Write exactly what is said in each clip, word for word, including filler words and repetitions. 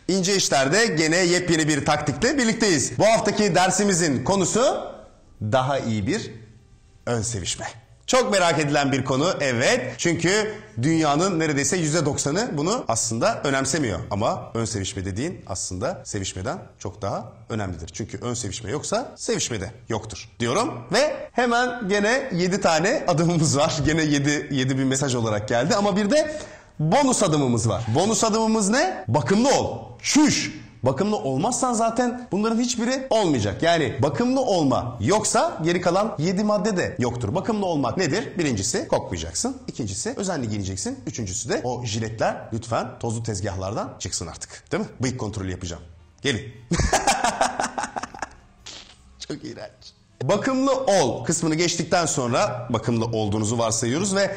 İnce İşler'de gene yepyeni bir taktikle birlikteyiz. Bu haftaki dersimizin konusu daha iyi bir ön sevişme. Çok merak edilen bir konu, evet. Çünkü dünyanın neredeyse yüzde doksanı bunu aslında önemsemiyor. Ama ön sevişme dediğin aslında sevişmeden çok daha önemlidir. Çünkü ön sevişme yoksa sevişme de yoktur diyorum. Ve hemen gene yedi tane adımımız var. Gene yedi, yedi bir mesaj olarak geldi. Ama bir de bonus adımımız var. Bonus adımımız ne? Bakımlı ol. Şuş. Bakımlı olmazsan zaten bunların hiçbiri olmayacak. Yani bakımlı olma yoksa geri kalan yedi madde de yoktur. Bakımlı olmak nedir? Birincisi kokmayacaksın. İkincisi özenli giyineceksin. Üçüncüsü de o jiletler lütfen tozlu tezgahlardan çıksın artık. Değil mi? Bıyık kontrolü yapacağım. Gelin. Çok iğrenç. Bakımlı ol kısmını geçtikten sonra bakımlı olduğunuzu varsayıyoruz ve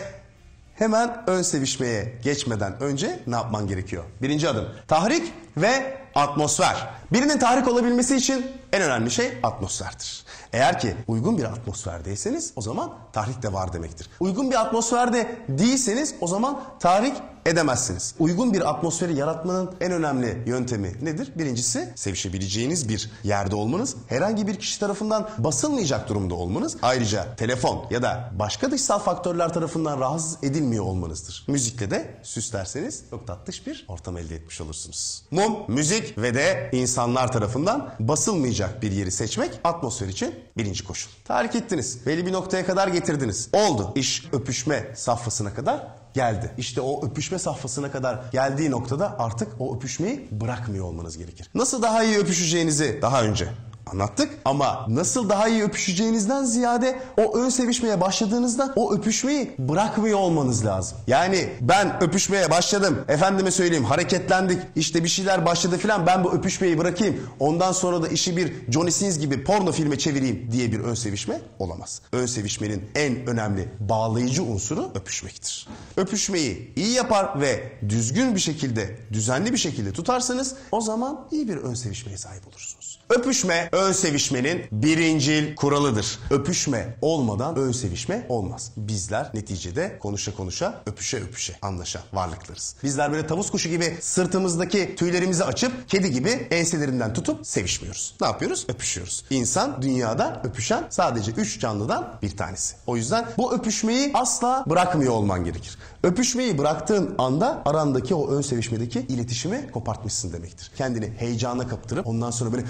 hemen ön sevişmeye geçmeden önce ne yapman gerekiyor? Birinci adım tahrik ve atmosfer. Birinin tahrik olabilmesi için en önemli şey atmosferdir. Eğer ki uygun bir atmosferdeyseniz o zaman tahrik de var demektir. Uygun bir atmosferde değilseniz o zaman tahrik edemezsiniz. Uygun bir atmosferi yaratmanın en önemli yöntemi nedir? Birincisi sevişebileceğiniz bir yerde olmanız, herhangi bir kişi tarafından basılmayacak durumda olmanız, ayrıca telefon ya da başka dışsal faktörler tarafından rahatsız edilmiyor olmanızdır. Müzikle de süslerseniz çok tatlış bir ortam elde etmiş olursunuz. Mum, müzik ve de insanlar tarafından basılmayacak bir yeri seçmek atmosfer için birinci koşul. Tahrik ettiniz, belli bir noktaya kadar getirdiniz. Oldu, iş öpüşme safhasına kadar geldi. İşte o öpüşme safhasına kadar geldiği noktada artık o öpüşmeyi bırakmıyor olmanız gerekir. Nasıl daha iyi öpüşeceğinizi daha önce anlattık ama nasıl daha iyi öpüşeceğinizden ziyade o ön sevişmeye başladığınızda o öpüşmeyi bırakmıyor olmanız lazım. Yani ben öpüşmeye başladım, efendime söyleyeyim hareketlendik, işte bir şeyler başladı filan, ben bu öpüşmeyi bırakayım, ondan sonra da işi bir Johnny Sins gibi porno filme çevireyim diye bir ön sevişme olamaz. Ön sevişmenin en önemli bağlayıcı unsuru öpüşmektir. Öpüşmeyi iyi yapar ve düzgün bir şekilde, düzenli bir şekilde tutarsanız o zaman iyi bir ön sevişmeye sahip olursunuz. Öpüşme ön sevişmenin birincil kuralıdır. Öpüşme olmadan ön sevişme olmaz. Bizler neticede konuşa konuşa, öpüşe öpüşe anlaşan varlıklarız. Bizler böyle tavus kuşu gibi sırtımızdaki tüylerimizi açıp kedi gibi enselerinden tutup sevişmiyoruz. Ne yapıyoruz? Öpüşüyoruz. İnsan dünyada öpüşen sadece üç canlıdan bir tanesi. O yüzden bu öpüşmeyi asla bırakmıyor olman gerekir. Öpüşmeyi bıraktığın anda arandaki o ön sevişmedeki iletişimi kopartmışsın demektir. Kendini heyecana kaptırıp ondan sonra böyle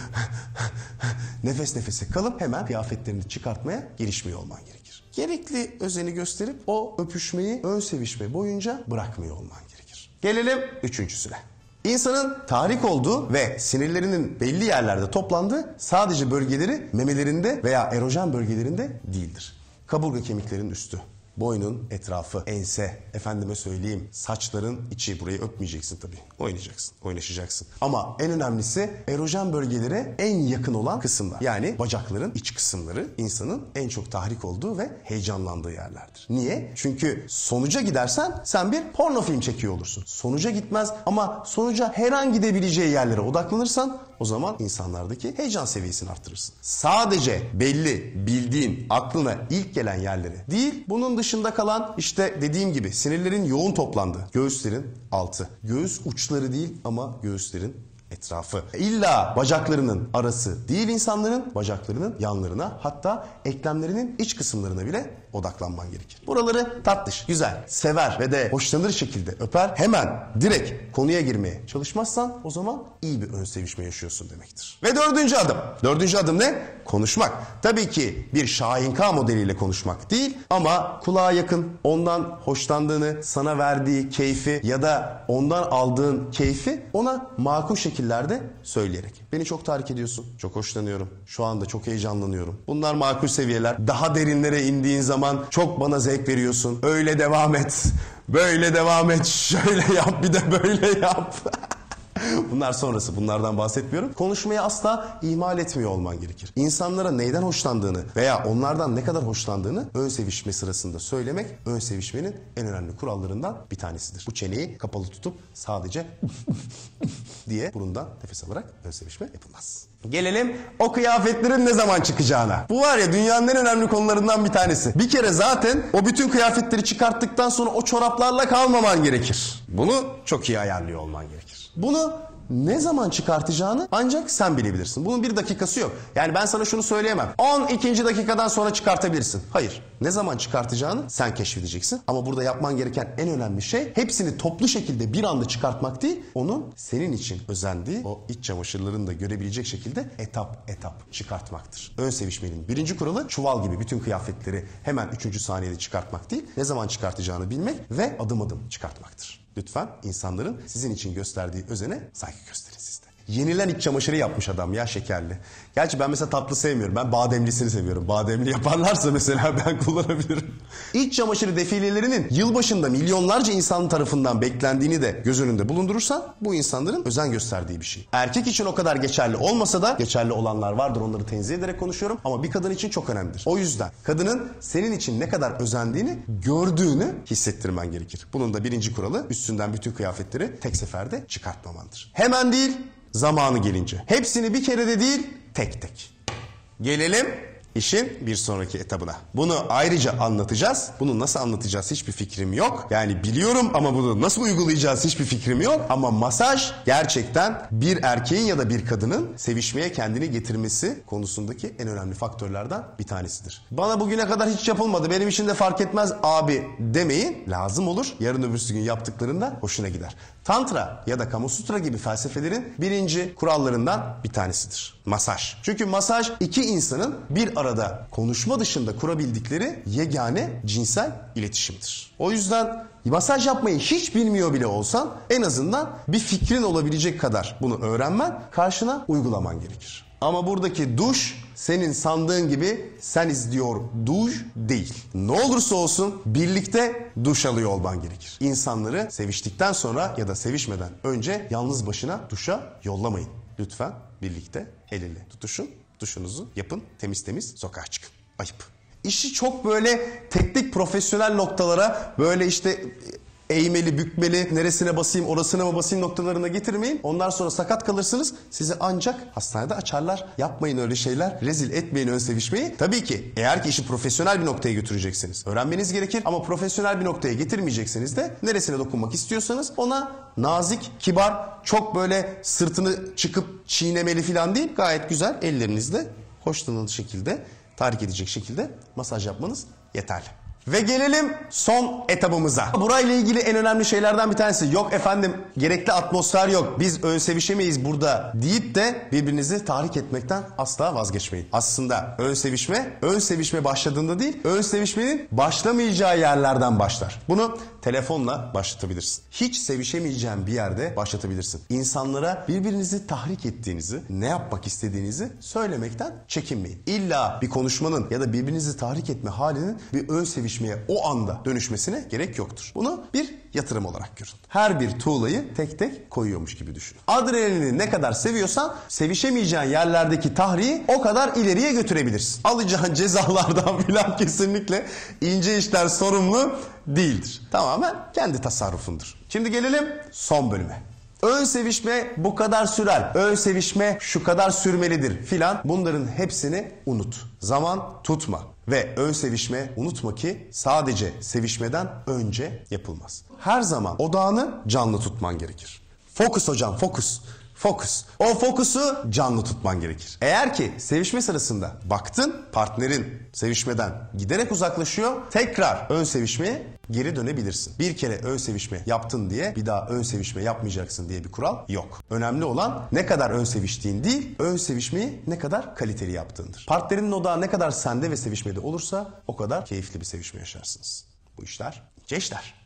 nefes nefese kalıp hemen kıyafetlerini çıkartmaya girişmiyor olman gerekir. Gerekli özeni gösterip o öpüşmeyi ön sevişme boyunca bırakmıyor olman gerekir. Gelelim üçüncüsüne. İnsanın tahrik olduğu ve sinirlerinin belli yerlerde toplandığı sadece bölgeleri memelerinde veya erojen bölgelerinde değildir. Kaburga kemiklerinin üstü, boynun etrafı, ense, efendime söyleyeyim saçların içi, burayı öpmeyeceksin tabii. Oynayacaksın, oynaşacaksın. Ama en önemlisi erojen bölgelere en yakın olan kısımlar. Yani bacakların iç kısımları insanın en çok tahrik olduğu ve heyecanlandığı yerlerdir. Niye? Çünkü sonuca gidersen sen bir porno film çekiyor olursun. Sonuca gitmez ama sonuca her an gidebileceği yerlere odaklanırsan o zaman insanlardaki heyecan seviyesini artırırsın. Sadece belli, bildiğin, aklına ilk gelen yerleri değil, bunun dışında kalan işte dediğim gibi sinirlerin yoğun toplandığı göğüslerin altı. Göğüs uçları değil ama göğüslerin etrafı. İlla bacaklarının arası değil, insanların bacaklarının yanlarına, hatta eklemlerinin iç kısımlarına bile odaklanman gerekir. Buraları tatlış, güzel, sever ve de hoşlanır şekilde öper. Hemen direkt konuya girmeye çalışmazsan o zaman iyi bir ön sevişme yaşıyorsun demektir. Ve dördüncü adım. Dördüncü adım ne? Konuşmak. Tabii ki bir Şahinka modeliyle konuşmak değil ama kulağa yakın, ondan hoşlandığını, sana verdiği keyfi ya da ondan aldığın keyfi ona makul şekillerde söyleyerek. Beni çok tahrik ediyorsun, çok hoşlanıyorum, şu anda çok heyecanlanıyorum. Bunlar makul seviyeler. Daha derinlere indiğin zaman çok bana zevk veriyorsun. Öyle devam et, böyle devam et, şöyle yap, bir de böyle yap. Bunlar sonrası, bunlardan bahsetmiyorum. Konuşmayı asla ihmal etmiyor olman gerekir. İnsanlara neyden hoşlandığını veya onlardan ne kadar hoşlandığını ön sevişme sırasında söylemek ön sevişmenin en önemli kurallarından bir tanesidir. Bu çeneyi kapalı tutup sadece diye burundan nefes alarak ön sevişme yapılmaz. Gelelim o kıyafetlerin ne zaman çıkacağına. Bu var ya dünyanın en önemli konularından bir tanesi. Bir kere zaten o bütün kıyafetleri çıkarttıktan sonra o çoraplarla kalmaman gerekir. Bunu çok iyi ayarlıyor olman gerekir. Bunu ne zaman çıkartacağını ancak sen bilebilirsin. Bunun bir dakikası yok. Yani ben sana şunu söyleyemem. on ikinci dakikadan sonra çıkartabilirsin. Hayır. Ne zaman çıkartacağını sen keşfedeceksin. Ama burada yapman gereken en önemli şey hepsini toplu şekilde bir anda çıkartmak değil, onun senin için özendiği o iç çamaşırlarını da görebilecek şekilde etap etap çıkartmaktır. Ön sevişmenin birinci kuralı çuval gibi bütün kıyafetleri hemen üçüncü saniyede çıkartmak değil, ne zaman çıkartacağını bilmek ve adım adım çıkartmaktır. Lütfen insanların sizin için gösterdiği özene saygı gösterin siz de. Yenilen iç çamaşırı yapmış adam ya, şekerli. Gerçi ben mesela tatlı sevmiyorum. Ben bademlisini seviyorum. Bademli yaparlarsa mesela ben kullanabilirim. İç çamaşırı defilelerinin yılbaşında milyonlarca insan tarafından beklendiğini de göz önünde bulundurursan bu insanların özen gösterdiği bir şey. Erkek için o kadar geçerli olmasa da geçerli olanlar vardır, onları tenzih ederek konuşuyorum ama bir kadın için çok önemlidir. O yüzden kadının senin için ne kadar özendiğini gördüğünü hissettirmen gerekir. Bunun da birinci kuralı üstünden bütün kıyafetleri tek seferde çıkartmamandır. Hemen değil, zamanı gelince. Hepsini bir kerede değil, tek tek. Gelelim işin bir sonraki etabına. Bunu ayrıca anlatacağız. Bunu nasıl anlatacağız hiçbir fikrim yok. Yani biliyorum ama bunu nasıl uygulayacağız hiçbir fikrim yok. Ama masaj gerçekten bir erkeğin ya da bir kadının sevişmeye kendini getirmesi konusundaki en önemli faktörlerden bir tanesidir. Bana bugüne kadar hiç yapılmadı, benim için de fark etmez abi demeyin. Lazım olur. Yarın öbürsü gün yaptıklarında hoşuna gider. Tantra ya da Kamasutra gibi felsefelerin birinci kurallarından bir tanesidir. Masaj. Çünkü masaj iki insanın bir arada konuşma dışında kurabildikleri yegane cinsel iletişimdir. O yüzden masaj yapmayı hiç bilmiyor bile olsan en azından bir fikrin olabilecek kadar bunu öğrenmen, karşına uygulaman gerekir. Ama buradaki duş senin sandığın gibi sen izliyor duş değil. Ne olursa olsun birlikte duş alıyor olman gerekir. İnsanları seviştikten sonra ya da sevişmeden önce yalnız başına duşa yollamayın. Lütfen birlikte el ele tutuşun, duşunuzu yapın, temiz temiz sokağa çıkın. Ayıp. İşi çok böyle teknik profesyonel noktalara, böyle işte eğmeli, bükmeli, neresine basayım, orasına mı basayım noktalarına getirmeyin. Ondan sonra sakat kalırsınız. Sizi ancak hastanede açarlar. Yapmayın öyle şeyler. Rezil etmeyin ön sevişmeyi. Tabii ki eğer ki işi profesyonel bir noktaya götüreceksiniz, öğrenmeniz gerekir. Ama profesyonel bir noktaya getirmeyecekseniz de neresine dokunmak istiyorsanız ona nazik, kibar, çok böyle sırtını çıkıp çiğnemeli falan değil, gayet güzel ellerinizle hoşlanıcı şekilde, tahrik edecek şekilde masaj yapmanız yeterli. Ve gelelim son etabımıza. Burayla ilgili en önemli şeylerden bir tanesi, yok efendim gerekli atmosfer yok, biz ön sevişemeyiz burada deyip de birbirinizi tahrik etmekten asla vazgeçmeyin. Aslında ön sevişme, ön sevişme başladığında değil, ön sevişmenin başlamayacağı yerlerden başlar. Bunu telefonla başlatabilirsin. Hiç sevişemeyeceğin bir yerde başlatabilirsin. İnsanlara birbirinizi tahrik ettiğinizi, ne yapmak istediğinizi söylemekten çekinmeyin. İlla bir konuşmanın ya da birbirinizi tahrik etme halinin bir ön sevişme o anda dönüşmesine gerek yoktur. Bunu bir yatırım olarak görün. Her bir tuğlayı tek tek koyuyormuş gibi düşün. Adrenalini ne kadar seviyorsan sevişemeyeceğin yerlerdeki tahriyi o kadar ileriye götürebilirsin. Alacağın cezalardan filan kesinlikle ince işler sorumlu değildir. Tamamen kendi tasarrufundur. Şimdi gelelim son bölüme. Ön sevişme bu kadar sürer, ön sevişme şu kadar sürmelidir filan, bunların hepsini unut. Zaman tutma ve ön sevişme unutma ki sadece sevişmeden önce yapılmaz. Her zaman odağını canlı tutman gerekir. Fokus hocam, fokus. Fokus. O fokusu canlı tutman gerekir. Eğer ki sevişme sırasında baktın partnerin sevişmeden giderek uzaklaşıyor, tekrar ön sevişmeye geri dönebilirsin. Bir kere ön sevişme yaptın diye bir daha ön sevişme yapmayacaksın diye bir kural yok. Önemli olan ne kadar ön seviştiğin değil, ön sevişmeyi ne kadar kaliteli yaptığındır. Partnerinin odağı ne kadar sende ve sevişmede olursa o kadar keyifli bir sevişme yaşarsınız. Bu işler ince işler.